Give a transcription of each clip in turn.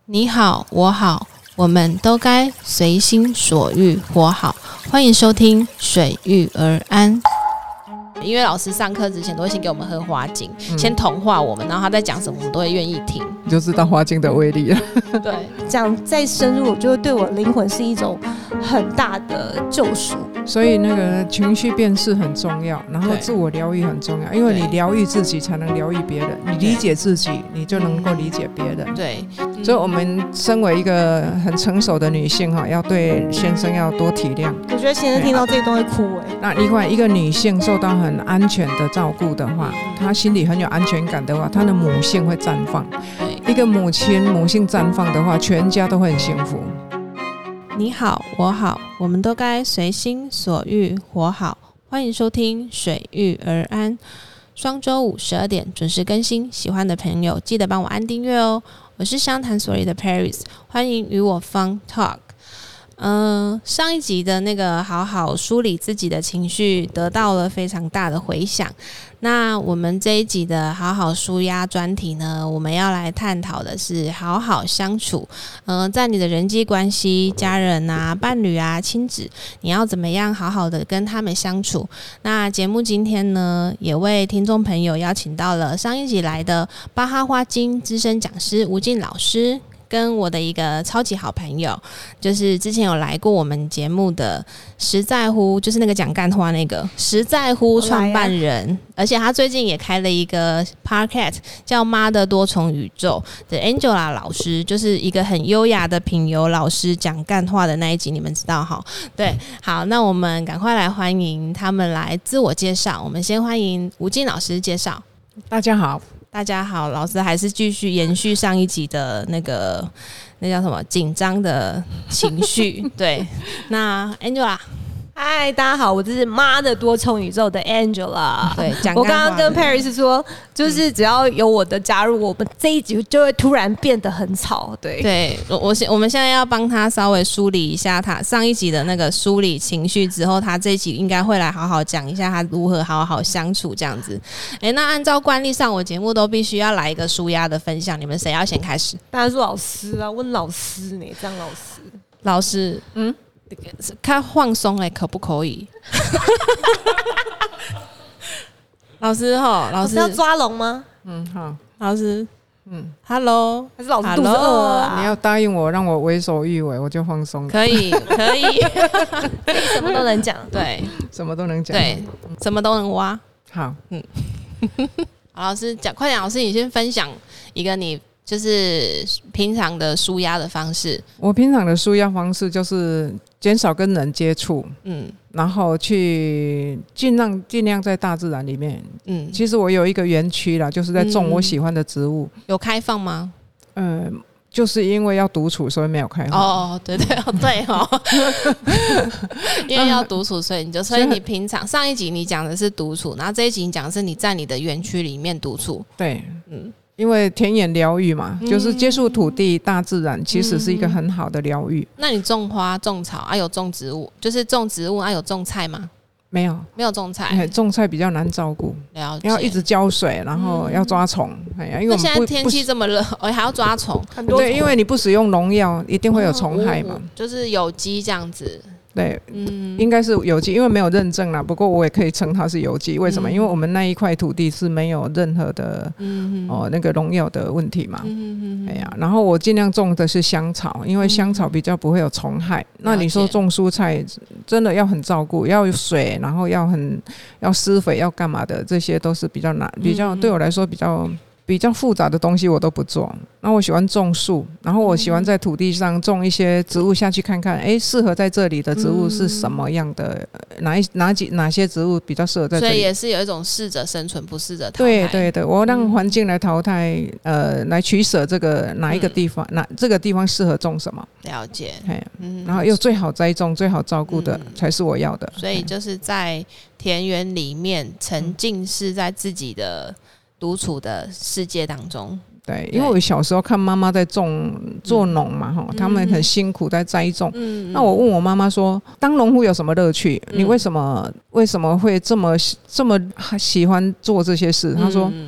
你好，我好，我们都该随心所欲活好。欢迎收听水遇而安。因为老师上课之前都会先给我们喝花精，先同化我们，然后他在讲什么我们都会愿意听， 你就知道花精的威力了。 对， 讲再深入，我觉得对我灵魂是一种很大的救赎。 所以那个情绪辨识很重要，然后自我疗愈很重要，因为你疗愈自己才能疗愈别人，你理解自己，你就能够理解别人。 对， 所以我们身为一个很成熟的女性要对先生要多体谅。 我觉得先生听到这一段会哭那你看一个女性受到很安全的照顾的话，她心里很有安全感的话，她的母性会绽放。一个母性绽放的话，全家都会很幸福。 你好，我好，我们都该随心所欲活好。欢迎收听水遇而安，双周五12点准时更新。喜欢的朋友记得帮我按订阅哦。我是湘潭所里的 Paris， 欢迎与我 Fun Talk。上一集的那个好好梳理自己的情绪得到了非常大的回响。那我们这一集的好好舒压专题呢，我们要来探讨的是好好相处。在你的人际关系、家人啊、伴侣啊、亲子，你要怎么样好好的跟他们相处？那节目今天呢，也为听众朋友邀请到了上一集来的巴哈花精资深讲师吴静老师，跟我的一个超级好朋友，就是之前有来过我们节目的实在乎，就是那个讲干话那个实在乎创办人，而且他最近也开了一个 podcast 叫妈的多重宇宙的 Angela 老师，就是一个很优雅的品油老师讲干话的那一集，你们知道哈？对，好，那我们赶快来欢迎他们来自我介绍。我们先欢迎吴静老师介绍。 大家好。 大家好，老师还是继续延续上一集的那叫什么紧张的情绪。对，那 Angela， 嗨，大家好，我这是妈的多重宇宙的 Angela。 对， 我刚刚跟 Paris 说，就是只要有我的加入，我们这一集就会突然变得很吵。对， 我们现在要帮他稍微梳理一下他上一集的那个梳理情绪之后，他这一集应该会来好好讲一下他如何好好相处这样子。那按照惯例上，我节目都必须要来一个舒压的分享，你们谁要先开始？ 当然是老师啊，问老师呢，这样老师，看放松可不可以？老师要抓龙吗？ 好， 老师，Hello， 还是老师肚子饿啊？ 你要答应我，让我为所欲为，我就放松。 可以， 什么都能讲， 对， 什么都能讲， 对，什么都能挖。 好， 好，老师讲，快点，老师你先分享一个你就是平常的舒压的方式。 我平常的舒压方式就是减少跟人接触，然后去尽量在大自然里面。其实我有一个园区啦，就是在种我喜欢的植物。 有开放吗？ 就是因为要独处，所以没有开放。 对，因为要独处，所以你平常上一集你讲的是独处，然后这一集你讲的是你在你的园区里面独处。 对，因为田野疗愈嘛，就是接触土地、大自然，其实是一个很好的疗愈。 那你种花、种草有种植物，就是种植物有种菜吗？没有种菜， 种菜比较难照顾，要一直浇水，然后要抓虫。因为现在天气这么热，还要抓虫。 对，因为你不使用农药，一定会有虫害嘛。 就是有机这样子。 对，应该是有机，因为没有认证啦。不过我也可以称它是有机，为什么？因为我们那一块土地是没有任何的那个农药的问题嘛。然后我尽量种的是香草，因为香草比较不会有虫害。那你说种蔬菜，真的要很照顾，要有水，然后要施肥，要干嘛的，这些都是比较难，对我来说比较复杂的东西我都不做。那我喜欢种树，然后我喜欢在土地上种一些植物下去看看，适合在这里的植物是什么样的，哪些植物比较适合在这里。 所以也是有一种适者生存，不适者淘汰。 对，我让环境来淘汰，来取舍这个哪一个地方，这个地方适合种什么。 了解。 然后又最好栽种、最好照顾的才是我要的。 所以就是在田园里面沉浸式在自己的独处的世界当中。 对，因为我小时候看妈妈在做农嘛，他们很辛苦在栽种。那我问我妈妈说，当农户有什么乐趣？你为什么会这么喜欢做这些事？她说，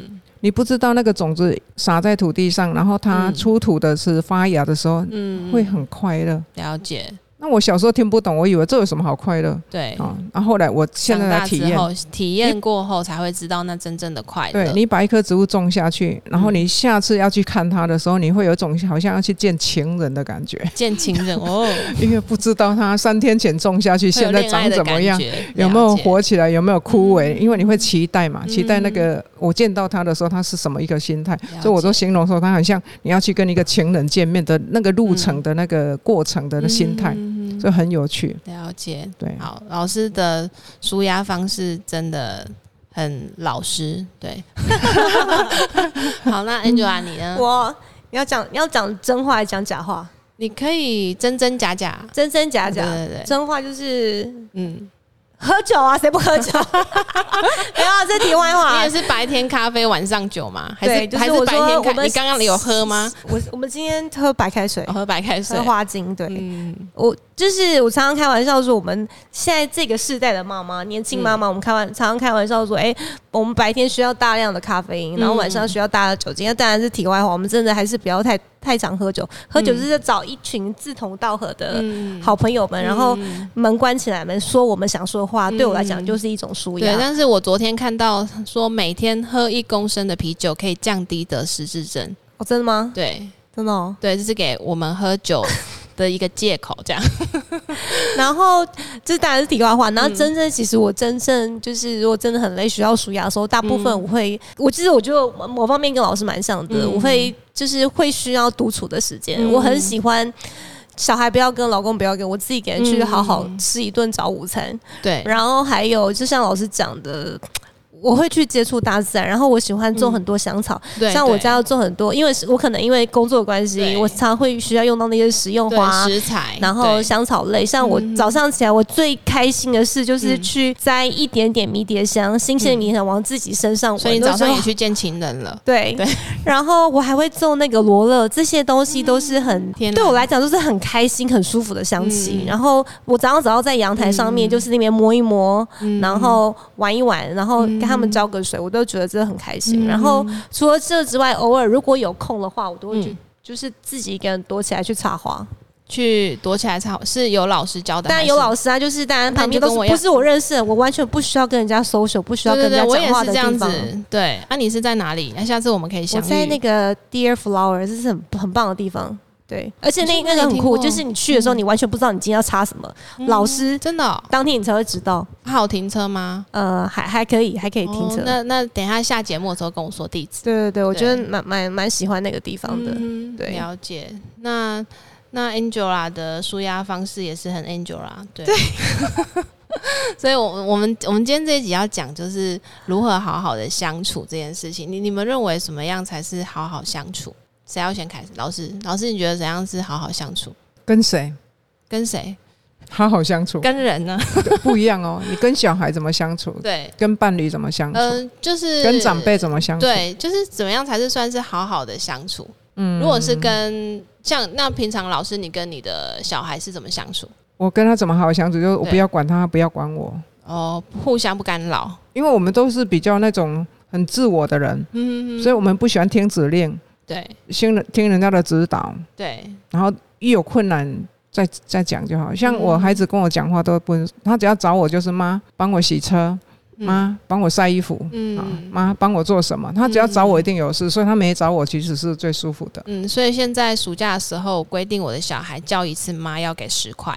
你不知道那个种子撒在土地上，然后它出土的是发芽的时候，会很快乐。 了解。 那我小时候听不懂，我以为这有什么好快乐？ 对啊，然后后来我现在来体验过后才会知道那真正的快乐。 对，你把一棵植物种下去，然后你下次要去看它的时候，你会有一种好像要去见情人的感觉。 见情人哦， 因为不知道它3天前种下去，现在长怎么样，有没有活起来，有没有枯萎？因为你会期待嘛，期待那个我见到它的时候，它是什么一个心态？所以我都形容说，它很像你要去跟一个情人见面的那个路程的那个过程的心态。所以很有趣， 了解。 对， 好，老师的抒压方式真的很老师，对。好，那 Angela 你呢？ 你要讲真话还是讲假话？ 你可以真真假假， 真真假假。对，真话就是喝酒啊，谁不喝酒？没有啊，这题外话。 你也是白天咖啡，晚上酒吗？还是就是白天咖啡？你刚刚有喝吗？ 我们今天喝白开水， 喝白开水， 喝花精。对，我常常开玩笑说，我们现在这个世代的妈妈，年轻妈妈，我们常常开玩笑说，我们白天需要大量的咖啡因，然后晚上需要大量的酒精。那当然是题外话，我们真的还是不要太常喝酒。喝酒就是找一群志同道合的好朋友们，然后门关起来，说我们想说的话，对我来讲就是一种抒压。 对，但是我昨天看到说，每天喝1公升的啤酒可以降低得失智症。 哦，真的吗？ 对， 真的哦。 对，这是给我们喝酒的一个借口，这样。 然后这当然是题外话。然后其实我真正就是如果真的很累需要抒压的时候，大部分我其实我觉得某方面跟老师蛮像的，我会需要独处的时间。我很喜欢小孩不要跟，老公不要跟，我自己给人去好好吃一顿早午餐。 对， 然后还有就像老师讲的，我会去接触大自然，然后我喜欢种很多香草，像我家要种很多，因为我可能因为工作的关系，我常常会需要用到那些食用花食材， 然后香草类。像我早上起来，我最开心的事就是去摘一点点迷迭香，新鲜迷迭香往自己身上闻。 所以你早上也去见情人了？ 对。然后我还会种那个罗勒，这些东西都是对我来讲都是很开心、很舒服的香气。然后我早上只要在阳台上面，就是那边摸一摸，然后玩一玩，然后跟他们浇个水，我都觉得真的很开心。然后除了这之外，偶尔如果有空的话，我都会去，就是自己一个人躲起来去插花。 去躲起来插花是有老师教的？ 当然有老师啊，就是当然旁边都是不是我认识的，我完全不需要跟人家 social， 不需要跟人家讲话的地方。 我也是这样子。对，你是在哪里？下次我们可以相遇。 我在那个 Dear Flower， 这是很棒的地方。对，而且那个很酷，就是你去的时候，你完全不知道你今天要插什么。老师真的当天你才会知道。 它好停车吗？ 还可以停车。 那等一下下节目的时候跟我说地址。 对，我觉得蛮喜欢那个地方的。对， 了解。那 Angela 的抒压方式也是很 Angela， 对。所以我们今天这一集要讲就是如何好好的相处这件事情。你们认为什么样才是好好相处？谁要先开始？老师，你觉得怎样是好好相处？ 跟谁？ 好好相处？ 跟人呢？ 不一样哦。你跟小孩怎么相处？ 对， 跟伴侣怎么相处？ 就是跟长辈怎么相处？ 对，就是怎么样才是算是好好的相处？如果是那平常老师，你跟你的小孩是怎么相处？ 我跟他怎么好好相处？就是我不要管他，不要管我。 互相不干扰。因为我们都是比较那种很自我的人，所以我们不喜欢听指令。 对， 听人家的指导。 对，然后一有困难再讲就好。像我孩子跟我讲话都不，他只要找我就是妈帮我洗车，妈帮我晒衣服，妈帮我做什么，他只要找我一定有事，所以他没找我其实是最舒服的。 所以现在暑假的时候规定我的小孩叫一次妈要给10块。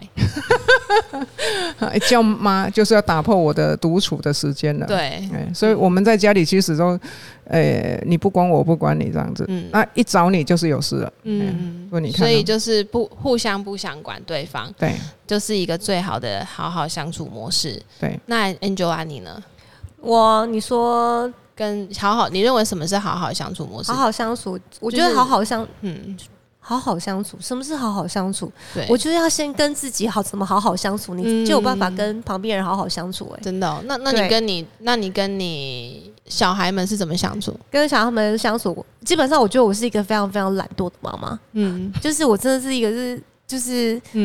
叫妈就是要打破我的独处的时间了。 对， 所以我们在家里其实都你不管我不管你这样子，那一找你就是有事了。 所以就是互相不想管对方， 对， 就是一个最好的好好相处模式。 对， 那 Angela 你呢？ 你说跟你认为什么是好好相处模式？ 好好相处，我觉得好好相处，什么是好好相处？对，我觉得要先跟自己怎么好好相处，你就有办法跟旁边人好好相处。 真的。那你跟你小孩们是怎么相处？ 跟小孩们相处，基本上我觉得我是一个非常非常懒惰的妈妈。就是我真的是一个就是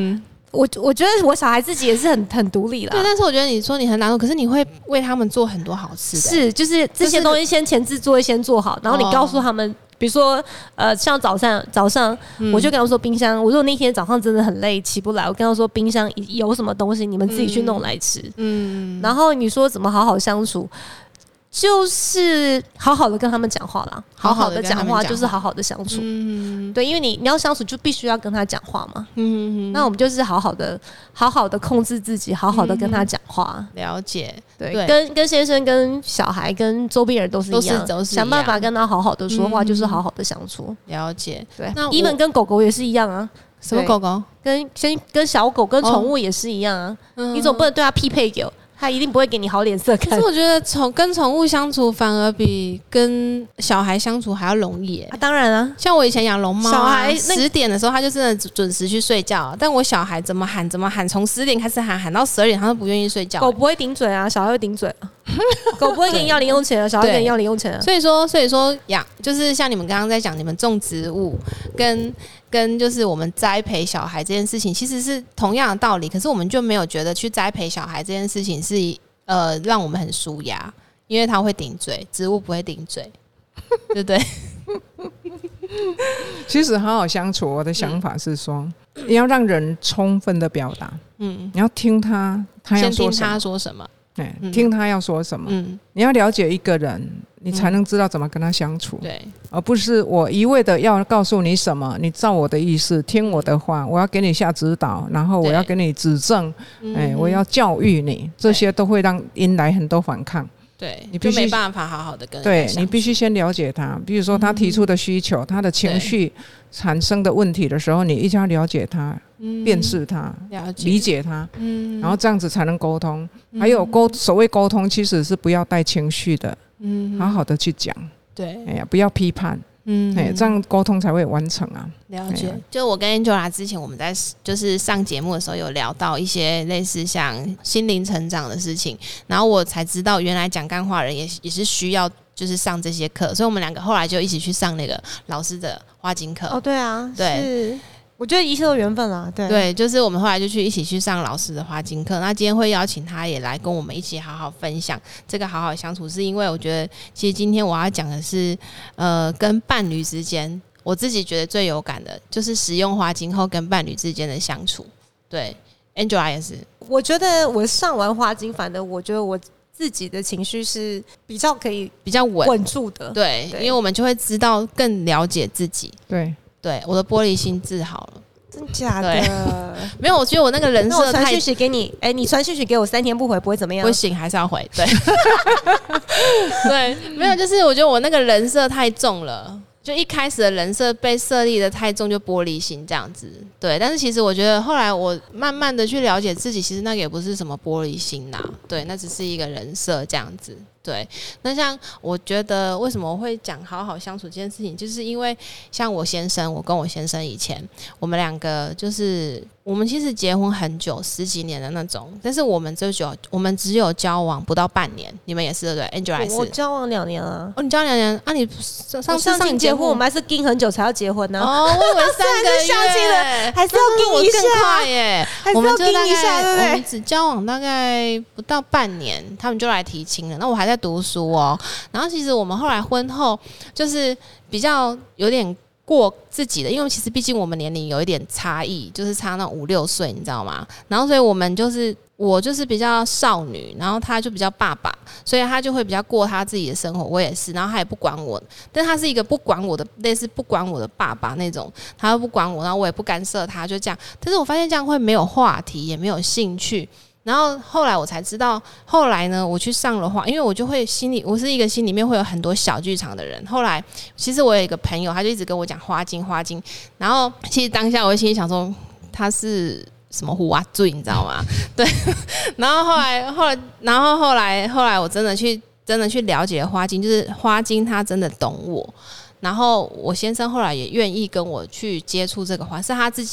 我觉得我小孩自己也是很独立啦。 对，但是我觉得你说你很懒惰，可是你会为他们做很多好吃的。 是，就是这些东西先前置作业先做好，然后你告诉他们。比如说，像早上，我就跟他们说冰箱。我如果那天早上真的很累起不来，我跟他说冰箱有什么东西，你们自己去弄来吃。然后你说怎么好好相处？就是好好的跟他们讲话啦，好好的讲话就是好好的相处。对，因为你要相处就必须要跟他讲话嘛。那我们就是好好的控制自己，好好的跟他讲话。 了解， 对，跟先生、跟小孩、跟周边人都是一样，想办法跟他好好的说话，就是好好的相处。 了解， 对。那even跟狗狗也是一样啊。 什么狗狗？ 跟小狗、跟宠物也是一样啊。你总不能对它匹配给我。他一定不会给你好脸色看。 可是我觉得跟宠物相处反而比跟小孩相处还要容易耶。 当然啊， 像我以前养龙猫，小孩10点的时候他就真的准时去睡觉，但我小孩怎么喊，从10点开始喊到12点，他都不愿意睡觉。 狗不会顶嘴啊，小孩会顶嘴啊。狗不会跟你要零用钱啊，小孩跟你要零用钱啊。 所以说养就是像你们刚刚在讲，你们种植物跟就是我们栽培小孩这件事情，其实是同样的道理。可是我们就没有觉得去栽培小孩这件事情是让我们很舒压，因为他会顶嘴，植物不会顶嘴，对不对？ 其实好好相处，我的想法是说，你要让人充分的表达，你要听他要说什么，先听他说什么。 听他要说什么，你要了解一个人，你才能知道怎么跟他相处， 对， 而不是我一味的要告诉你什么，你照我的意思听我的话，我要给你下指导，然后我要给你指正，我要教育你，这些都会引来很多反抗。 对，你就没办法好好的跟人相处。对，你必须先了解他，比如说他提出的需求，他的情绪产生的问题的时候，你一定要了解他，辨识他，理解他，然后这样子才能沟通。还有所谓沟通，其实是不要带情绪的，好好的去讲， 对， 不要批判。这样沟通才会完成啊。 了解，就我跟 Angela 之前我们在就是上节目的时候有聊到一些类似像心灵成长的事情，然后我才知道原来讲干话人也是需要就是上这些课，所以我们两个后来就一起去上那个老师的花精课。 哦，对啊， 对。 是我觉得一切都缘分啦， 对，就是我们后来就一起去上老师的花精课。那今天会邀请他也来跟我们一起好好分享这个好好相处，是因为我觉得其实今天我要讲的是，跟伴侣之间，我自己觉得最有感的就是使用花精后跟伴侣之间的相处。对 ，Angela 也是。 我觉得我上完花精，反正我觉得我自己的情绪是比较稳住的。 对，因为我们就会知道更了解自己。对，我的玻璃心治好了。 真假的？ 没有，我觉得我那个人设太…… 我传讯息给你，你传讯息给我3天不回不会怎么样？ 不行，还是要回。对，对，没有，就是我觉得我那个人设太重了，就一开始的人设被设立的太重，就玻璃心这样子。对，但是其实我觉得后来我慢慢的去了解自己，其实那个也不是什么玻璃心啦，对，那只是一个人设这样子。对，那像我觉得为什么我会讲好好相处这件事情，就是因为像我跟我先生以前，我们两个就是我们其实结婚很久10几年的那种，但是我们只有交往不到半年，你们也是对不对 ？Angela 也是， 我交往2年了。 哦，你交往2年啊？你上次结婚，我们还是盯很久才要结婚呢。 哦，我以为3个月， 相亲了，还是要盯一下， 更快耶， 还是要盯一下，对不对？ 我们只交往大概不到半年，他们就来提亲了。那我还在读书哦，然后其实我们后来婚后就是比较有点过自己的，因为其实毕竟我们年龄有一点差异，就是差那5、6岁，你知道吗？然后所以我就是比较少女，然后他就比较爸爸，所以他就会比较过他自己的生活，我也是，然后他也不管我，但他是一个不管我的，类似不管我的爸爸那种，他又不管我，然后我也不干涉他，就这样。但是我发现这样会没有话题，也没有兴趣。然后后来我才知道，后来呢，我去上了花，因为我就会我是一个心里面会有很多小剧场的人。后来其实我有一个朋友，他就一直跟我讲花精，然后其实当下我心里想说他是什么胡啊醉，你知道吗？对，然后后来我真的去了解花精，就是花精他真的懂我，然后我先生后来也愿意跟我去接触这个花，是他自己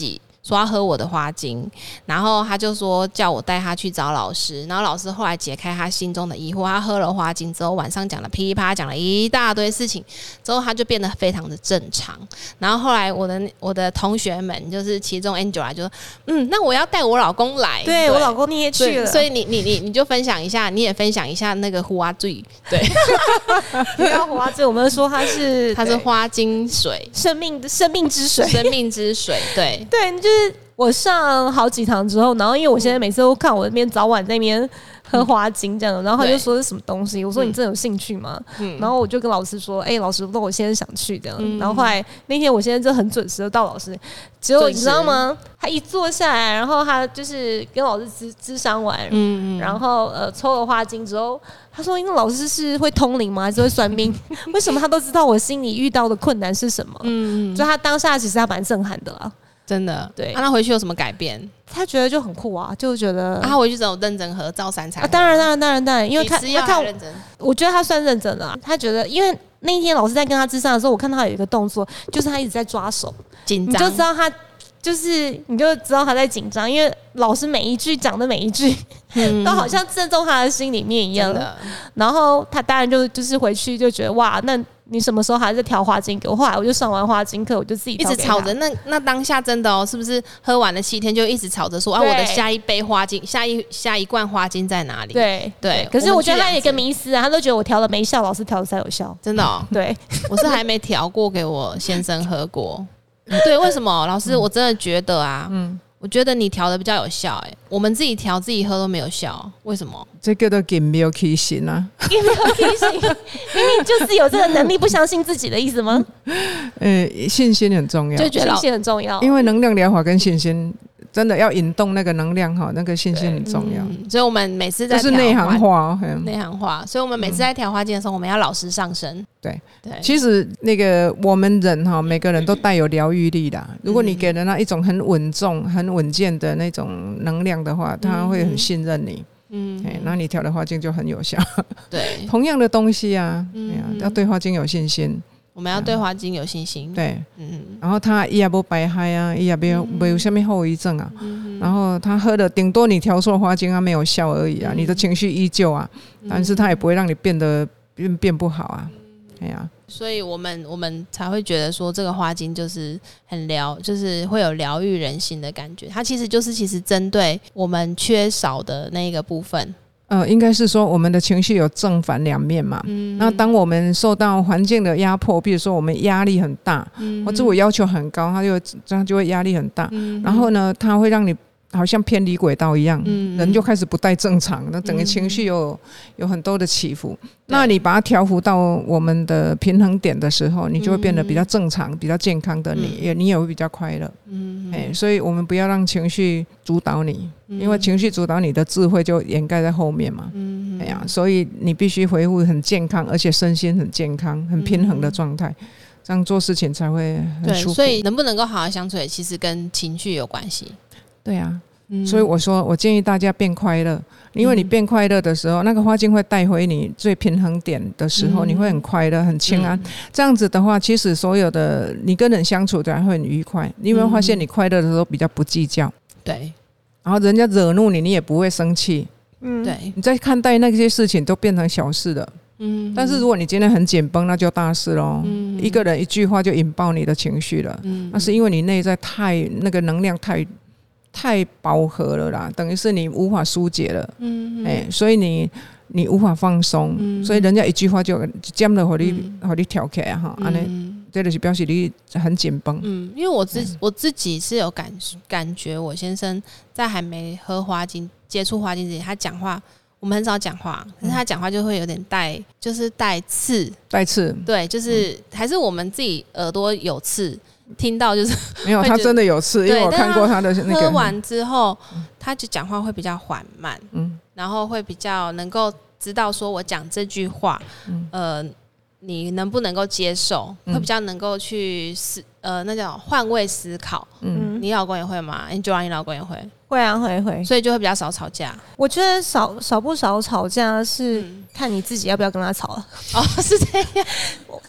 说要喝我的花精，然后他就说叫我带他去找老师，然后老师后来解开他心中的疑惑，他喝了花精之后晚上讲了噼里啪啦讲了一大堆事情之后，他就变得非常的正常。然后后来我的同学们就是其中 Angela 就说那我要带我老公来， 对我老公你也去了， 所以你就分享一下，你也分享一下那个花醉，对， 不要花醉，我们说它是花精水， 生命之水， 生命之水，对对，就是我上好几堂之后，然后因为我现在每次都看我那边早晚在那边喝花精这样，然后他就说是什么东西，我说你真的有兴趣吗？然后我就跟老师说，老师，我现在想去这样，然后后来那天我现在就很准时的到老师，结果你知道吗？他一坐下来，然后他就是跟老师咨商完，然后抽了花精之后，他说因为老师是会通灵吗？还是会算命？为什么他都知道我心里遇到的困难是什么？所以他当下其实他蛮震撼的啦。 真的， 对。 他回去有什么改变？ 他觉得就很酷啊，就觉得他回去只有认真喝照三餐当然，因为他看认真， 我觉得他算认真了啊。他觉得，因为那一天老师在跟他咨商的时候，我看到他有一个动作，就是他一直在抓手， 紧张， 你就知道他在紧张，因为老师每一句讲的每一句都好像正中他的心里面一样。然后他当然就是回去就觉得哇，那你什么时候还在调花精给我？后来我就上完花精课，我就自己调给他， 一直吵着。那当下真的是不是喝完了7天就一直吵着说我的下一杯花精，下一罐花精在哪里？对。 可是我觉得他也个迷思啊，他都觉得我调了没效，老师调的才有效。 真的对， 我是还没调过给我先生喝过。对，为什么？老师，我真的觉得啊，我觉得你调的比较有效，我们自己调自己喝都没有效，为什么？ 这个都给没有起心啊， 给没有起心，明明就是有这个能力，不相信自己的意思吗？ 信心很重要， 就觉得信心很重要， 因为能量疗法跟信心真的要引动那个能量哈，那个信心很重要。 所以我们每次在这是内行话， 内行话。所以我们每次在调花精的时候，我们要老师上身。 对，其实那个我们人哈，每个人都带有疗愈力的。如果你给人家一种很稳重、很稳健的那种能量的话，他会很信任你。那你调的花精就很有效。对，同样的东西啊，要对花精有信心。 我们要对花精有信心。 对，然后他也不白害啊，也没有什么后遗症啊。然后他喝的顶多你调错花精，他没有效而已啊，你的情绪依旧啊，但是他也不会让你变不好啊。 所以我们才会觉得说这个花精就是就是会有疗愈人心的感觉。它其实针对我们缺少的那个部分。 应该是说我们的情绪有正反两面嘛。那当我们受到环境的压迫，比如说我们压力很大，或自我要求很高，他就会压力很大。然后呢，他会让你好像偏离轨道一样，人就开始不太正常，那整个情绪有很多的起伏。那你把它调伏到我们的平衡点的时候，你就会变得比较正常、比较健康的你也会比较快乐。所以我们不要让情绪主导你，因为情绪主导你的智慧就掩盖在后面嘛。所以你必须恢复很健康，而且身心很健康、很平衡的状态。这样做事情才会很舒服。 所以能不能够好好相处，其实跟情绪有关系。 对啊，所以我建议大家变快乐，因为你变快乐的时候，那个花精会带回你最平衡点的时候，你会很快乐、很轻安。这样子的话，其实所有的你跟人相处的会很愉快。你有没有发现，你快乐的时候比较不计较？ 对， 然后人家惹怒你，你也不会生气。 对， 你在看待那些事情都变成小事了。但是如果你今天很紧绷，那就大事咯。一个人一句话就引爆你的情绪了。那是因为你内在那个能量太饱和了啦，等于是你无法疏解了。所以你无法放松，所以人家一句话就尖了，和你挑起来哈，安尼这就是表示你很紧绷。 因为我自己是有感觉，我先生在还没喝花精、接触花精之前，他讲话。我们很少讲话，可是他讲话就会有点带刺，对，就是还是我们自己耳朵有刺，听到就是没有，他真的有刺，因为我看过他的那个。 喝完之后，他就讲话会比较缓慢，然后会比较能够知道说我讲这句话，你能不能够接受，会比较能够去那叫换位思考。你老公也会吗 ？Angela， 你老公也会？ 会啊，会， 所以就会比较少吵架。 我觉得少不少吵架是看你自己要不要跟他吵了。 是这样。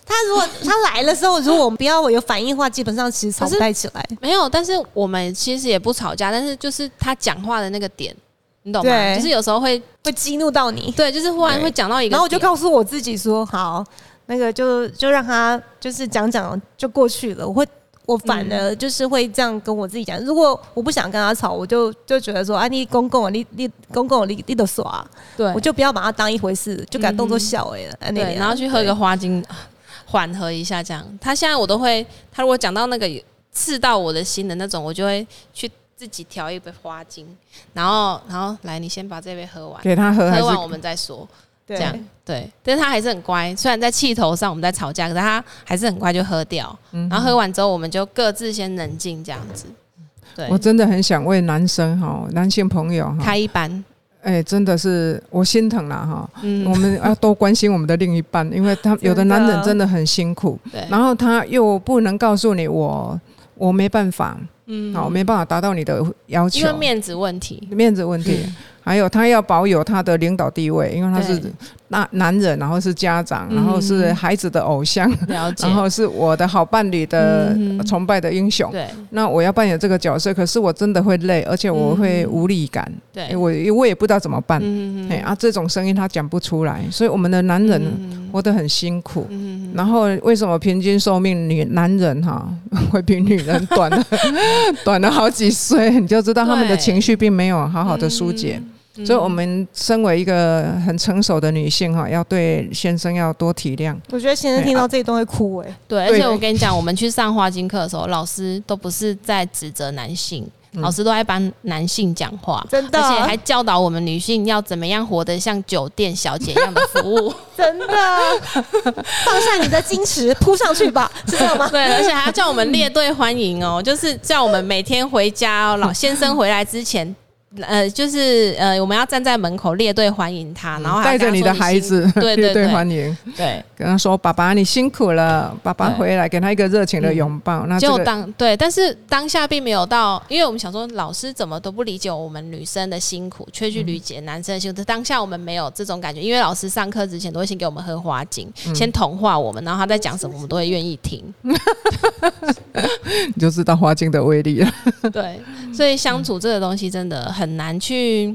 他如果他来的时候，如果我们不要有反应的话，基本上其实吵不太起来。 没有，但是我们其实也不吵架，但是就是他讲话的那个点，你懂吗？就是有时候会激怒到你， 对，就是忽然会讲到一个点， 然后我就告诉我自己说，好，那个就让他就是讲就过去了。我反而就是会这样跟我自己讲，如果我不想跟他吵，我就觉得说啊，你公共你都耍，对，我就不要把他当一回事，就给他当作笑了。 对，然后去喝个花精，缓和一下这样。他现在我都会，他如果讲到那个刺到我的心的那种，我就会去自己调一杯花精，然后来，你先把这杯喝完， 给他喝完我们再说。这样对，但是他还是很乖。虽然在气头上我们在吵架，可是他还是很快就喝掉。然后喝完之后，我们就各自先冷静这样子。对， 我真的很想为男生男性朋友开一班。 真的是我心疼啦我们要多关心我们的另一半，因为他有的男人真的很辛苦，然后他又不能告诉你我没办法，我没办法达到你的要求， 因为面子问题。 还有他要保有他的领导地位，因为他是男人，然后是家长，然后是孩子的偶像，然后是我的好伴侣的崇拜的英雄。对，那我要扮演这个角色，可是我真的会累，而且我会无力感。对，我也不知道怎么办。这种声音他讲不出来，所以我们的男人活得很辛苦。然后为什么平均寿命男人会比女人短了好几岁？你就知道他们的情绪并没有好好的疏解。所以我们身为一个很成熟的女性要对先生要多体谅。 我觉得先生听到这一段会哭对，而且我跟你讲，我们去上花精课的时候，老师都不是在指责男性，老师都在帮男性讲话， 真的， 而且还教导我们女性要怎么样活得像酒店小姐一样的服务。 真的，放下你的矜持，扑上去吧，是这样吗？ 对，而且还要叫我们列队欢迎就是叫我们每天回家老先生回来之前。就是我们要站在门口列队欢迎他，然后带着你的孩子列队欢迎， 对， 跟他说爸爸你辛苦了，爸爸回来，给他一个热情的拥抱。那就但是当下并没有到，因为我们想说老师怎么都不理解我们女生的辛苦，却去理解男生的辛苦。当下我们没有这种感觉，因为老师上课之前都会先给我们喝花精，先同化我们，然后他在讲什么我们都会愿意听。 你就知道花精的威力了。 对，所以相处这个东西真的很难去，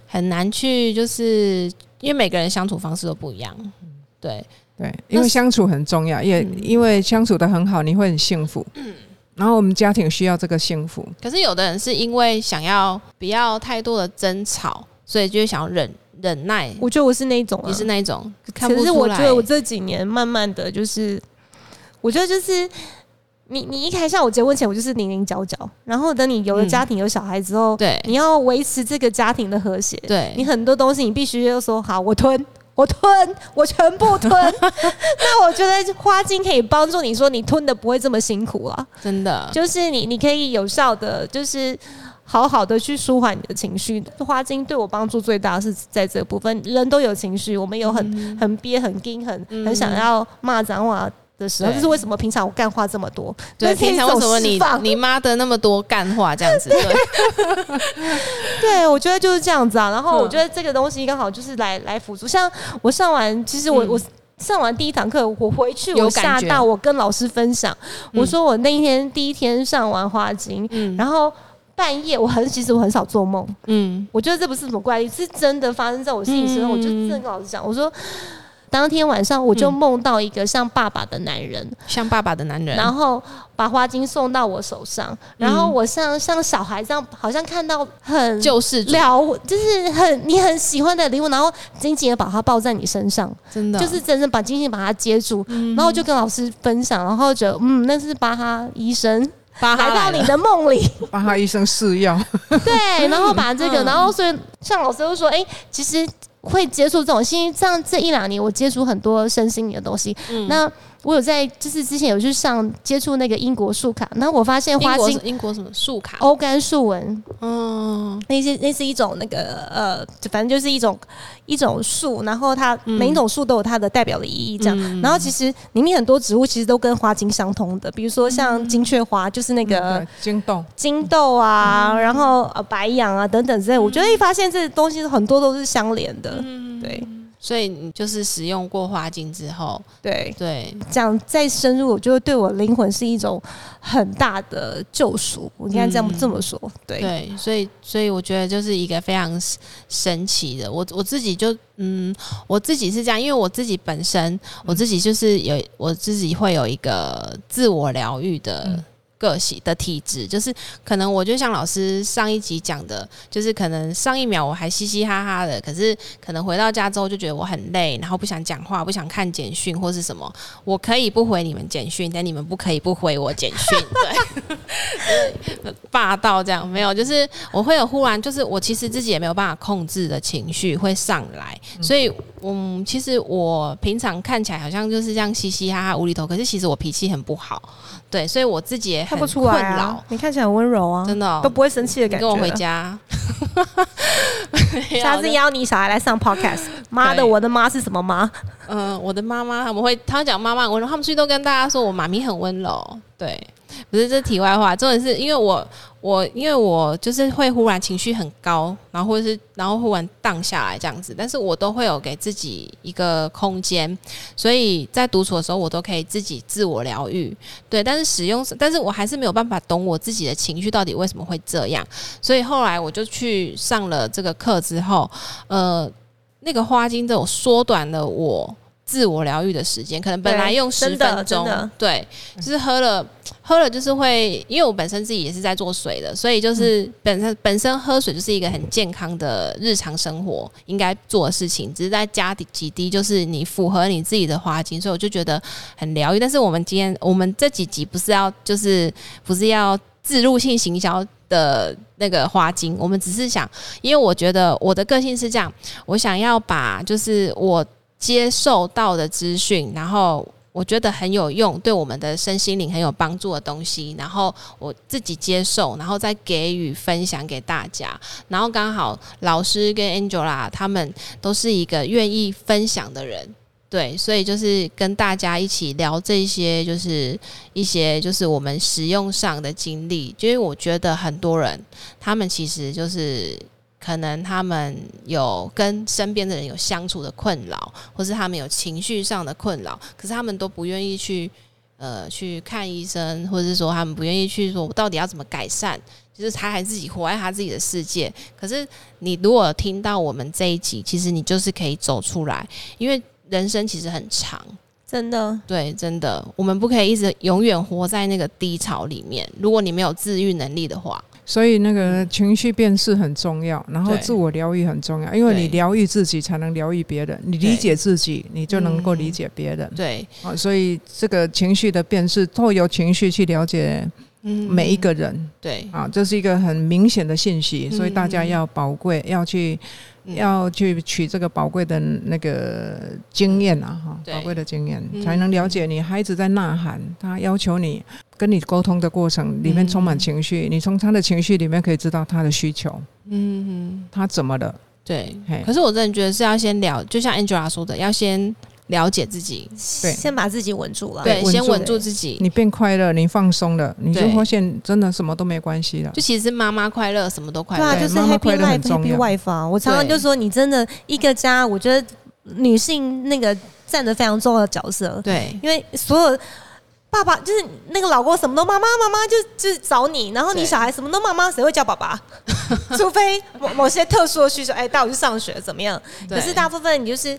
就是因为每个人相处方式都不一样。对， 因为相处很重要，也因为相处得很好，你会很幸福。然后我们家庭需要这个幸福。 可是有的人是因为想要不要太多的争吵，所以就想要忍耐。 我觉得我是那一种， 你是那一种， 可是我觉得我这几年慢慢的就是，我觉得就是。你一开始像我结婚前，我就是零零角角，然后等你有了家庭有小孩之后，对，你要维持这个家庭的和谐，对，你很多东西你必须要说好，我吞，我全部吞。那我觉得花精可以帮助你说你吞的不会这么辛苦啊，真的，就是你可以有效的就是好好的去舒缓你的情绪。花精对我帮助最大的是在这个部分，人都有情绪，我们有很憋、很硬、很想要骂脏话的时候，这是为什么平常我干话这么多？ 对，平常为什么你妈的那么多干话这样子？对， 对，我觉得就是这样子啊。然后我觉得这个东西刚好就是来辅助。像我上完，其实我上完第一堂课，我回去我吓到，我跟老师分享，我说我那一天第一天上完花精，然后半夜其实我很少做梦，我觉得这不是什么怪力，是真的发生在我心里身上。我就真的跟老师讲，我说。当天晚上我就梦到一个像爸爸的男人，然后把花精送到我手上，然后我像小孩这样，好像看到很救世主， 就是你很喜欢的礼物，然后紧紧的把它抱在你身上，真的就是真正紧紧把它接住，然后就跟老师分享，然后觉得那是巴哈医生来到你的梦里， 巴哈医生试药， 对，然后把这个，然后所以像老师就说，其实。会接触这种，因为这一两年我接触很多身心灵的东西。那我有在就是之前有去接触那个英国树卡，然后我发现花精英国什么树卡？ 欧干树纹。那是一种那个反正就是一种树，然后它每一种树都有它的代表的意义，这样。然后其实里面很多植物其实都跟花精相通的，比如说像金雀花，就是那个金豆啊，然后白杨啊等等之类。我觉得一发现这东西很多都是相连的。对， 所以你就是使用过花精之后， 对， 讲再深入，我觉得对我灵魂是一种很大的救赎。我应该这么说，对， 所以我觉得就是一个非常神奇的。我自己就我自己是这样，因为我自己本身我自己就是我自己会有一个自我疗愈的个性的体质，就是可能我就像老师上一集讲的，就是可能上一秒我还嘻嘻哈哈的，可是可能回到家之后就觉得我很累，然后不想讲话，不想看简讯或是什么。我可以不回你们简讯，但你们不可以不回我简讯，对，霸道这样没有，就是我会有忽然就是我其实自己也没有办法控制的情绪会上来，所以其实我平常看起来好像就是这样嘻嘻哈哈无厘头，可是其实我脾气很不好，对，所以我自己也很困扰。 你看起来很温柔啊， 真的都不会生气的感觉。 跟我回家， 下次邀你小孩来上 podcast。妈的，我的妈是什么妈？ 我的妈妈他讲妈妈很温柔，他们去都跟大家说我妈咪很温柔，对。不是，这题外话，重点是因为我就是会忽然情绪很高，然后忽然荡下来这样子，但是我都会有给自己一个空间，所以在独处的时候我都可以自己自我疗愈，对。但是我还是没有办法懂我自己的情绪到底为什么会这样，所以后来我就去上了这个课之后，那个花精都有缩短了我自我疗愈的时间，可能本来用10分钟，对，就是喝了就是会，因为我本身自己也是在做水的，所以就是本身喝水就是一个很健康的日常生活应该做的事情，只是再加几滴就是你符合你自己的花精，所以我就觉得很疗愈。但是我们这几集不是要置入性行销的那个花精，我们只是想，因为我觉得我的个性是这样，我想要把就是我接受到的资讯，然后我觉得很有用，对我们的身心灵很有帮助的东西，然后我自己接受，然后再给予分享给大家。然后刚好老师跟 Angela 他们都是一个愿意分享的人，对，所以就是跟大家一起聊这些，就是一些就是我们使用上的经历。因为我觉得很多人他们其实就是可能他们有跟身边的人有相处的困扰，或是他们有情绪上的困扰，可是他们都不愿意去看医生，或者是说他们不愿意去说我到底要怎么改善，就是他还自己活在他自己的世界。可是你如果听到我们这一集，其实你就是可以走出来，因为人生其实很长， 真的， 对，真的，我们不可以一直永远活在那个低潮里面。如果你没有治愈能力的话， 所以那个情绪辨识很重要，然后自我疗愈很重要，因为你疗愈自己才能疗愈别人，你理解自己你就能够理解别人，对，所以这个情绪的辨识，透由情绪去了解每一个人，对啊，这是一个很明显的信息，所以大家要宝贵，要去取这个宝贵的那个经验啊，宝贵的经验，才能了解你孩子在呐喊，他要求你跟你沟通的过程里面充满情绪，你从他的情绪里面可以知道他的需求，他怎么了？对， 可是我真的觉得是要先就像 Angela 说的，要先了解自己， 对，先把自己稳住了， 对，先稳住自己。 你变快乐，你放松了，你就发现真的什么都没关系了。 就其实妈妈快乐，什么都快乐。 对啊，就是 happy life happy wife 啊。我常常就说，你真的一个家，我觉得女性那个占得非常重要的角色。对，因为所有爸爸就是那个老公什么都妈妈就是找你，然后你小孩什么都妈妈，谁会叫爸爸？除非某些特殊的需求，带我去上学怎么样？可是大部分你就是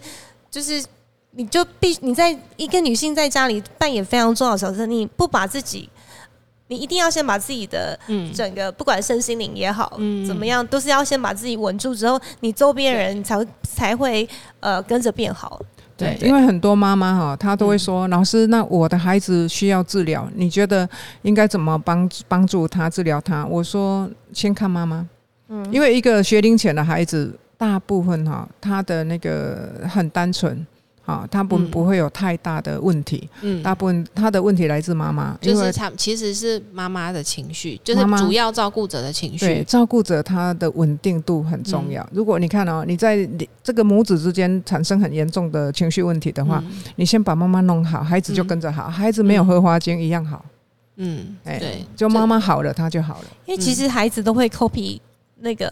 你在一个女性在家里扮演非常重要的角色，你不把自己，你一定要先把自己的整个不管身心灵也好，怎么样，都是要先把自己稳住之后，你周边人才会跟着变好。 对，因为很多妈妈她都会说，老师，那我的孩子需要治疗，你觉得应该怎么帮助他治疗他？我说先看妈妈，因为一个学龄前的孩子，大部分他的那个很单纯。他不会有太大的问题，大部分他的问题来自妈妈， 就是其实是妈妈的情绪，就是主要照顾者的情绪。 对，照顾者他的稳定度很重要。如果你看你在这个母子之间产生很严重的情绪问题的话，你先把妈妈弄好，孩子就跟着好，孩子没有荷花精一样好。对，就妈妈好了，他就好了。 因为其实孩子都会 copy 那个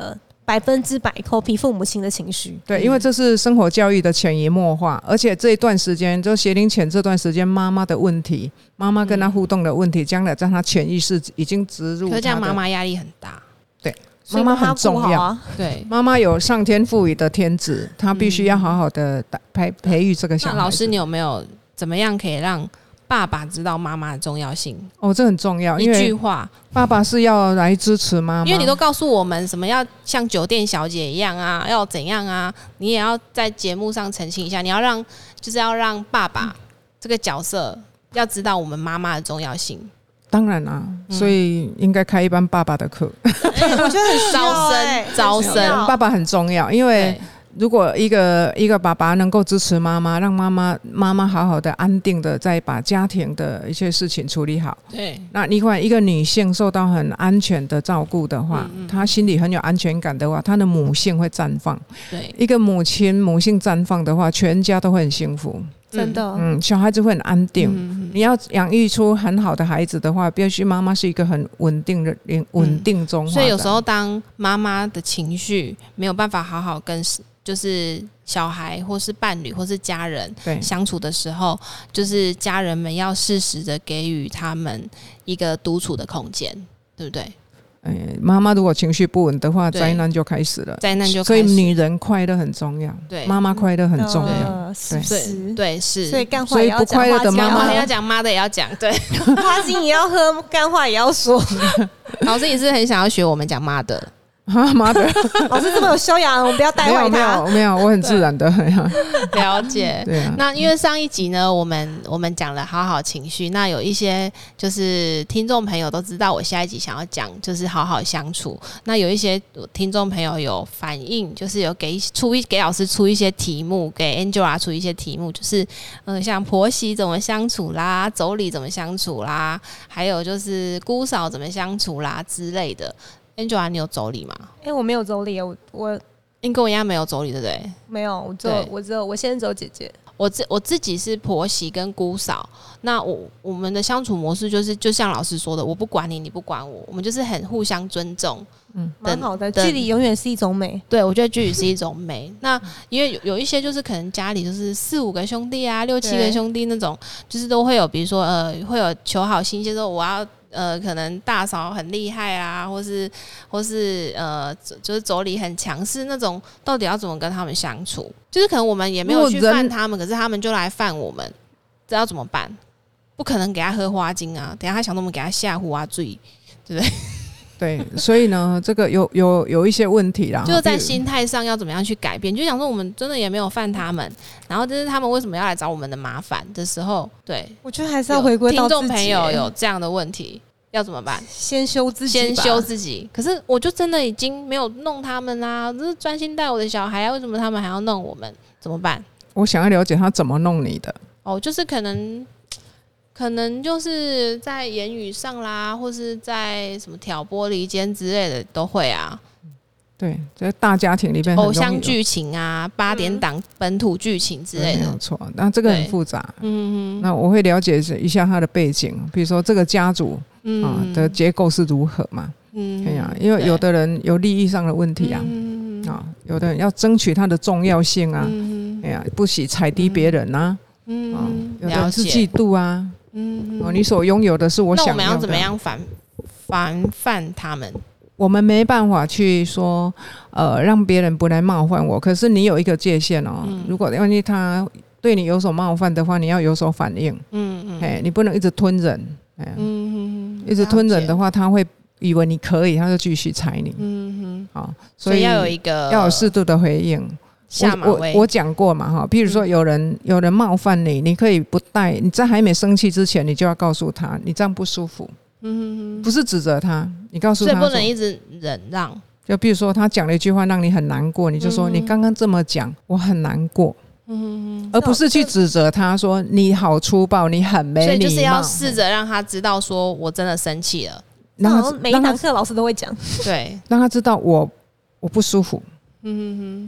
100%copy 父母亲的情绪。 对，因为这是生活教育的潜移默化，而且这一段时间就学龄前这段时间，妈妈的问题，妈妈跟他互动的问题，将来在他潜意识已经植入他的。 可是这样妈妈压力很大。 对，妈妈很重要啊。 对， 妈妈有上天赋予的天职，她必须要好好的培育这个小孩。 那老师，你有没有怎么样可以让爸爸知道妈妈的重要性？ 这很重要。 一句话， 爸爸是要来支持妈妈， 因为你都告诉我们什么要像酒店小姐一样啊，要怎样啊，你也要在节目上澄清一下。你要让，就是要让爸爸这个角色要知道我们妈妈的重要性。 当然啦，所以应该开一班爸爸的课。 我觉得很招生， 爸爸很重要，因为如果一个爸爸能够支持妈妈，让妈妈好好的安定的再把家庭的一些事情处理好。 对， 那你看一个女性受到很安全的照顾的话，她心里很有安全感的话，她的母性会绽放。 对， 一个母性绽放的话，全家都会很幸福。 真的， 小孩子会很安定。你要养育出很好的孩子的话，必须妈妈是一个很稳定的、稳定中。 所以有时候当妈妈的情绪没有办法好好跟就是小孩或是伴侣或是家人相处的时候，就是家人们要适时的给予他们一个独处的空间，对不对？ 妈妈如果情绪不稳的话，灾难就开始了。所以女人快乐很重要，对，妈妈快乐很重要。 对，是。 所以干话也要讲， 所以不快乐的妈妈要讲，妈的也要讲，对， 花精也要喝，干话也要说。 老师，你是很想要学我们讲妈的？ 妈的， 老师这么有修养，我们不要带坏他。 没有，我很自然的。 了解。 对啊。 那因为上一集呢，我们讲了好好情绪，那有一些就是听众朋友都知道，我下一集想要讲就是好好相处。那有一些听众朋友有反映，就是有给老师出一些题目，给 Angela 出一些题目，就是像婆媳怎么相处啦，妯娌怎么相处啦，还有就是姑嫂怎么相处啦之类的。Angela， 你有妯娌吗？ 我没有妯娌，我跟我一样没有妯娌，对不对？ 没有，我现在只有姐姐。 我自己是婆媳跟姑嫂，那我们的相处模式就像老师说的，我不管你，你不管我，我们就是很互相尊重， 蛮好的。距离永远是一种美。 对，我觉得距离是一种美。那因为有一些就是可能家里就是4-5个兄弟啊，6-7个兄弟那种，就是都会有，比如说会有求好心切，说我要。可能大嫂很厉害啊，或是就是妯娌很强势那种，到底要怎么跟他们相处？就是可能我们也没有去犯他们，可是他们就来犯我们，这要怎么办？不可能给他喝花精啊，等一下他想怎么给他吓唬啊，醉，对不对？ 对，所以呢，这个有一些问题啦， 就是在心态上要怎么样去改变？就想说我们真的也没有犯他们，然后就是他们为什么要来找我们的麻烦的时候，对， 我觉得还是要回归到听众朋友有这样的问题，要怎么办？ 先修自己。可是我就真的已经没有弄他们啦，就是专心带我的小孩啊，为什么他们还要弄我们？怎么办？ 我想要了解他怎么弄你的。 就是可能就是在言语上啦，或是在什么挑拨离间之类的都会啊。 对，在大家庭里面偶像剧情啊，8点档本土剧情之类的， 没有错。那这个很复杂。那我会了解一下他的背景，比如说这个家族的结构是如何嘛？因为有的人有利益上的问题啊，有的人要争取他的重要性啊，不喜踩低别人啊，有的人是嫉妒啊。你所拥有的是我想要的。那我们要怎么样防范他们？ 我们没办法去说让别人不来冒犯我，可是你有一个界限哦。如果万一他对你有所冒犯的话，你要有所反应。你不能一直吞忍。一直吞忍的话，他会以为你可以，他就继续踩你。所以要有适度的回应。我讲过嘛哈，比如说有人冒犯你，你可以不带，你在还没生气之前，你就要告诉他，你这样不舒服。不是指责他，你告诉他， 所以不能一直忍让。 就比如说他讲了一句话让你很难过，你就说你刚刚这么讲，我很难过。而不是去指责他说你好粗暴，你很没礼貌。 所以就是要试着让他知道说我真的生气了。 然后每一堂课老师都会讲， 对， 让他知道我不舒服。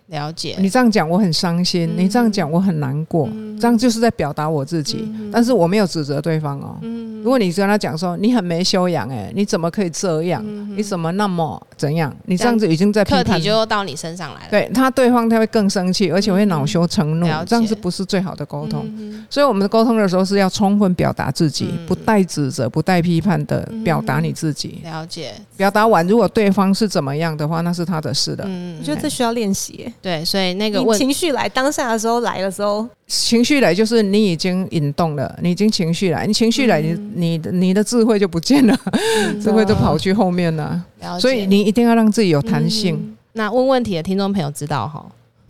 了解。 你这样讲我很伤心，你这样讲我很难过，这样就是在表达我自己，但是我没有指责对方哦。如果你跟他讲说你很没修养你怎么可以这样，你怎么那么怎样，你这样子已经在批判， 课题就到你身上来了。 对方他会更生气，而且会恼羞成怒，这样是不是最好的沟通？所以我们沟通的时候是要充分表达自己，不带指责不带批判的表达你自己。 了解。 表达完如果对方是怎么样的话，那是他的事的。 我觉得这需要练习。 对，所以那个你情绪来当下的时候来的时候， 情绪来就是你已经引动了，你已经情绪来，你情绪来，你的智慧就不见了，智慧都跑去后面了。所以你一定要让自己有弹性。 那问问题的听众朋友知道哈。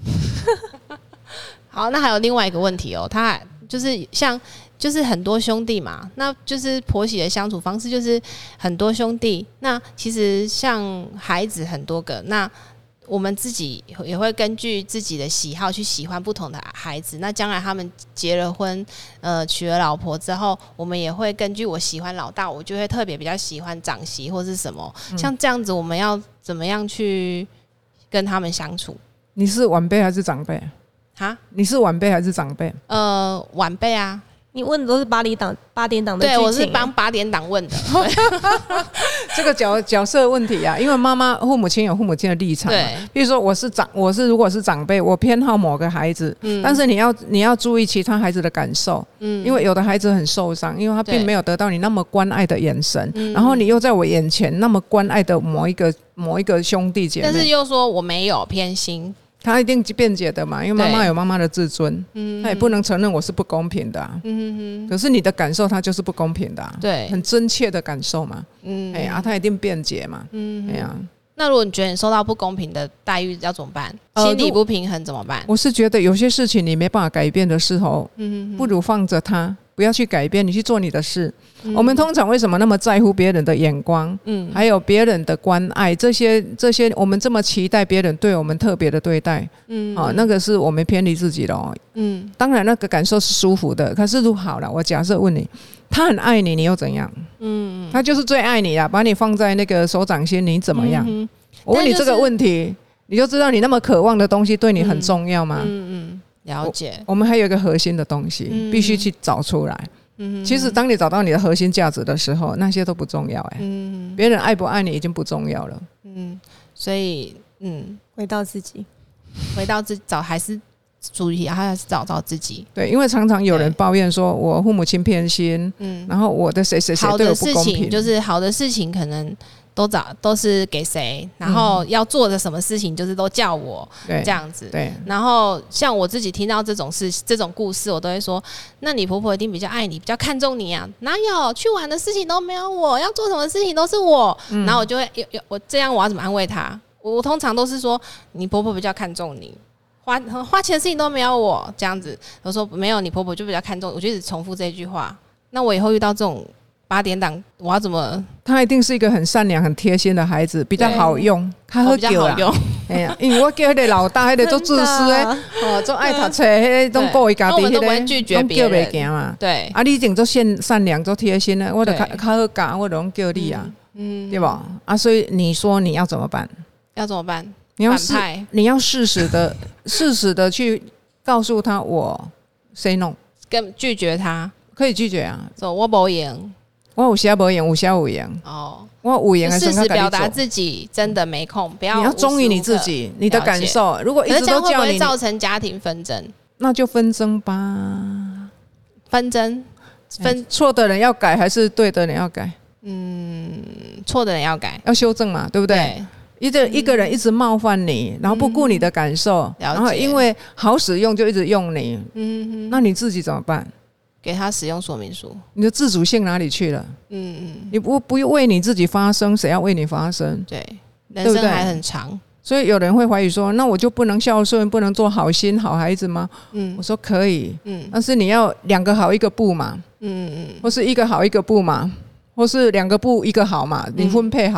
好，那还有另外一个问题哦，他就是就是很多兄弟嘛，那就是婆媳的相处方式就是很多兄弟，那其实像孩子很多个，那我们自己也会根据自己的喜好去喜欢不同的孩子，那将来他们结了婚娶了老婆之后，我们也会根据我喜欢老大，我就会特别比较喜欢长媳或是什么，像这样子我们要怎么样去跟他们相处？ 你是晚辈还是长辈？你是晚辈还是长辈？ 晚辈啊。 你问的都是8点档的剧情。 对，我是帮8点档问的。 这个角色问题啊，因为父母亲有父母亲的立场嘛。比如说如果是长辈，我偏好某个孩子，但是你要注意其他孩子的感受，因为有的孩子很受伤，因为他并没有得到你那么关爱的眼神，然后你又在我眼前那么关爱的某一个兄弟姐妹， 但是又说我没有偏心。 他一定辩解的嘛，因为妈妈有妈妈的自尊，他也不能承认我是不公平的可是你的感受他就是不公平的对，很真切的感受嘛，他一定辩解嘛， 那如果你觉得你受到不公平的待遇要怎么办？心理不平衡怎么办？ 我是觉得有些事情你没办法改变的时候，不如放着它，不要去改变，你去做你的事。我们通常为什么那么在乎别人的眼光，还有别人的关爱，这些我们这么期待别人对我们特别的对待，那个是我们偏离自己了当然那个感受是舒服的，可是好了，我假设问你，他很爱你，你又怎样？他就是最爱你啦，把你放在那个手掌心，你怎么样？我问你这个问题，你就知道你那么渴望的东西对你很重要吗？ 了解。 我们还有一个核心的东西，必须去找出来。其实当你找到你的核心价值的时候，那些都不重要别人爱不爱你已经不重要了。 所以回到自己还是注意，还是找到自己。 对，因为常常有人抱怨说我父母亲偏心，然后我的谁谁谁对我不公平。 好的事情就是好的事情，可能都是给谁，然后要做的什么事情就是都叫我这样子。 对， 然后像我自己听到这种故事，我都会说，那你婆婆一定比较爱你，比较看重你啊？哪有，去玩的事情都没有我，要做什么事情都是我。然后我就会我这样，我要怎么安慰她？我通常都是说，你婆婆比较看重你。花钱的事情都没有我这样子，我说没有，你婆婆就比较看重，我就一直重复这句话。那我以后遇到这种8点档，我要怎么？ 他一定是一个很善良、很贴心的孩子，比较好用，他比较好用。哎呀，因为我叫那个老大，那个做自私的，做爱读书，那个都顾伊家己， 那个都不会拒绝别人， 叫袂嘛。 对， 你整做善良、做贴心的，我就较好教，我就拢叫你啊，对吧？所以你说你要怎么办？ 要怎么办？ 你要适时的去告诉他我 say no， 跟拒绝他， 可以拒绝啊。 说我不赢， 我有时不赢，有时有赢。我有赢， 适时表达自己真的没空，不要你要忠于你自己，你的感受。如果一直都叫你， 会不会造成家庭纷争？ 那就纷争吧。 纷争， 错的人要改，还是对的人要改？ 错的人要改， 要修正嘛，对不对？一个人一直冒犯你，然后不顾你的感受，然后因为好使用就一直用你，那你自己怎么办？ 给他使用说明书。 你的自主性哪里去了？你不为你自己发声，谁要为你发声？ 对，人生还很长， 所以有人会怀疑说，那我就不能孝顺，不能做好心好孩子吗？我说可以，但是你要2个好1个不嘛，或是1个好1个不嘛，或是2个不1个好嘛，你分配好嘛。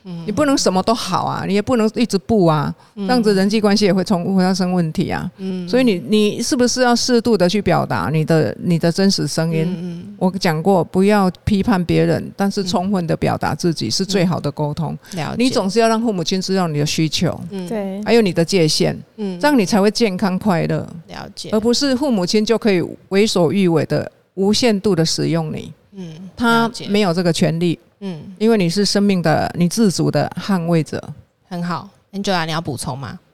你不能什么都好啊，你也不能一直不啊，这样子人际关系也会发生问题啊。所以你是不是要适度的去表达你的真实声音？我讲过，不要批判别人，但是充分的表达自己是最好的沟通。你总是要让父母亲知道你的需求， 对， 还有你的界限，这样你才会健康快乐。 了解， 而不是父母亲就可以为所欲为的无限度的使用你。他没有这个权利。因为你是生命的你自主的捍卫者。 很好。 Angela 你要补充吗？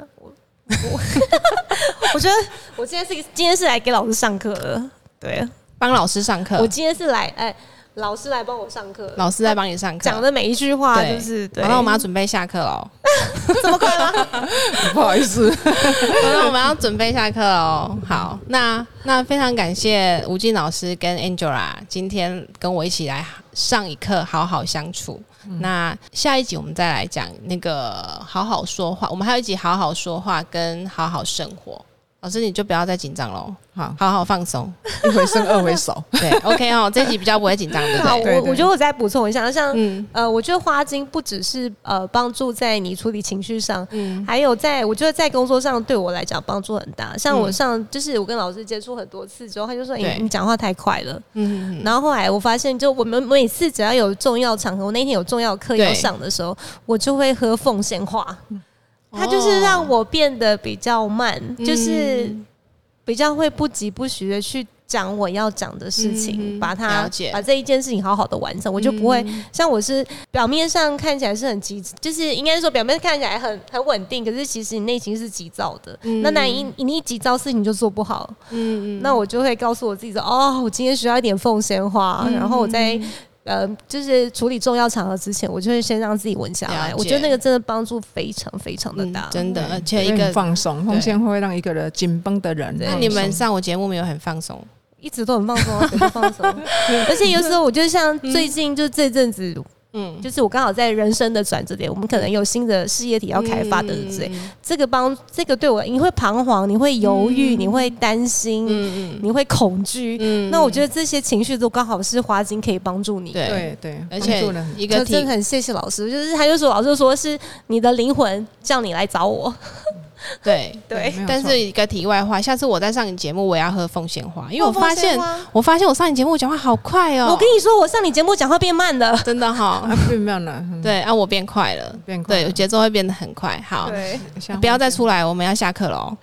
我觉得我今天是来给老师上课的，对， 帮老师上课。 我今天是来老师来帮我上课， 老师在帮你上课， 讲的每一句话就是对。 好，那我们要准备下课喽。 怎么可能？ 不好意思， 那我们要准备下课哦。好，那非常感谢吴静老师跟 Angela 今天跟我一起来上一课，好好相处。那下一集我们再来讲那个好好说话，我们还有一集好好说话跟好好生活。老师你就不要再紧张咯，好好放松， 一回生二回熟。 对 OK 哦，这集比较不会紧张，对不对？好，我觉得我再补充一下，像我觉得花精不只是帮助在你处理情绪上，还有我觉得在工作上对我来讲帮助很大。像我就是我跟老师接触很多次之后，他就说你讲话太快了，然后后来我发现，就我们每次只要有重要场合，我那天有重要课要上的时候，我就会喝奉献话。它就是让我变得比较慢，就是比较会不疾不徐的去讲我要讲的事情，把这一件事情好好的完成，我就不会像我是表面上看起来是很急，就是应该说表面看起来很稳定，可是其实你内心是急躁的。那你一急躁，事情就做不好。那我就会告诉我自己说，我今天需要一点奉献话，然后我在。就是处理重要场合之前，我就会先让自己稳下来。我觉得那个真的帮助非常非常的大， 真的，而且一个放松，奉献会让一个人紧绷的人。 那你们上我节目没有很放松？ 一直都很放松，很放松。而且有时候我就像最近就这阵子。就是我刚好在人生的转折点，我们可能有新的事业体要开发的之类。这个对我，你会彷徨，你会犹豫，你会担心，你会恐惧。那我觉得这些情绪都刚好是花精可以帮助你。 对， 而且一个真的很谢谢老师，就是他就说老师说是你的灵魂叫你来找我。 对，但是一个题外话，下次我再上你节目，我也要喝奉献花，因为我发现我上你节目讲话好快哦。 我跟你说，我上你节目讲话变慢了， 真的哈， 变慢了。 对，我变快了，对，节奏会变得很快。好，不要再出来，我们要下课喽。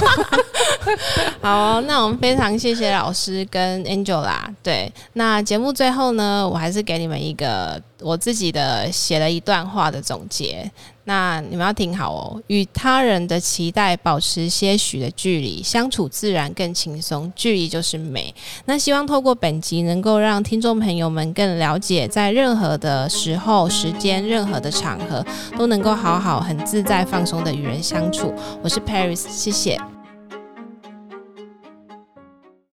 好，那我们非常谢谢老师跟 Angela。对，那节目最后呢，我还是给你们一个我自己的写了一段话的总结。那你们要听好哦，与他人的期待保持些许的距离，相处自然更轻松，距离就是美。那希望透过本集能够让听众朋友们更了解，在任何的时候、时间、任何的场合，都能够好好、很自在、放松的与人相处。我是 Paris， 谢谢。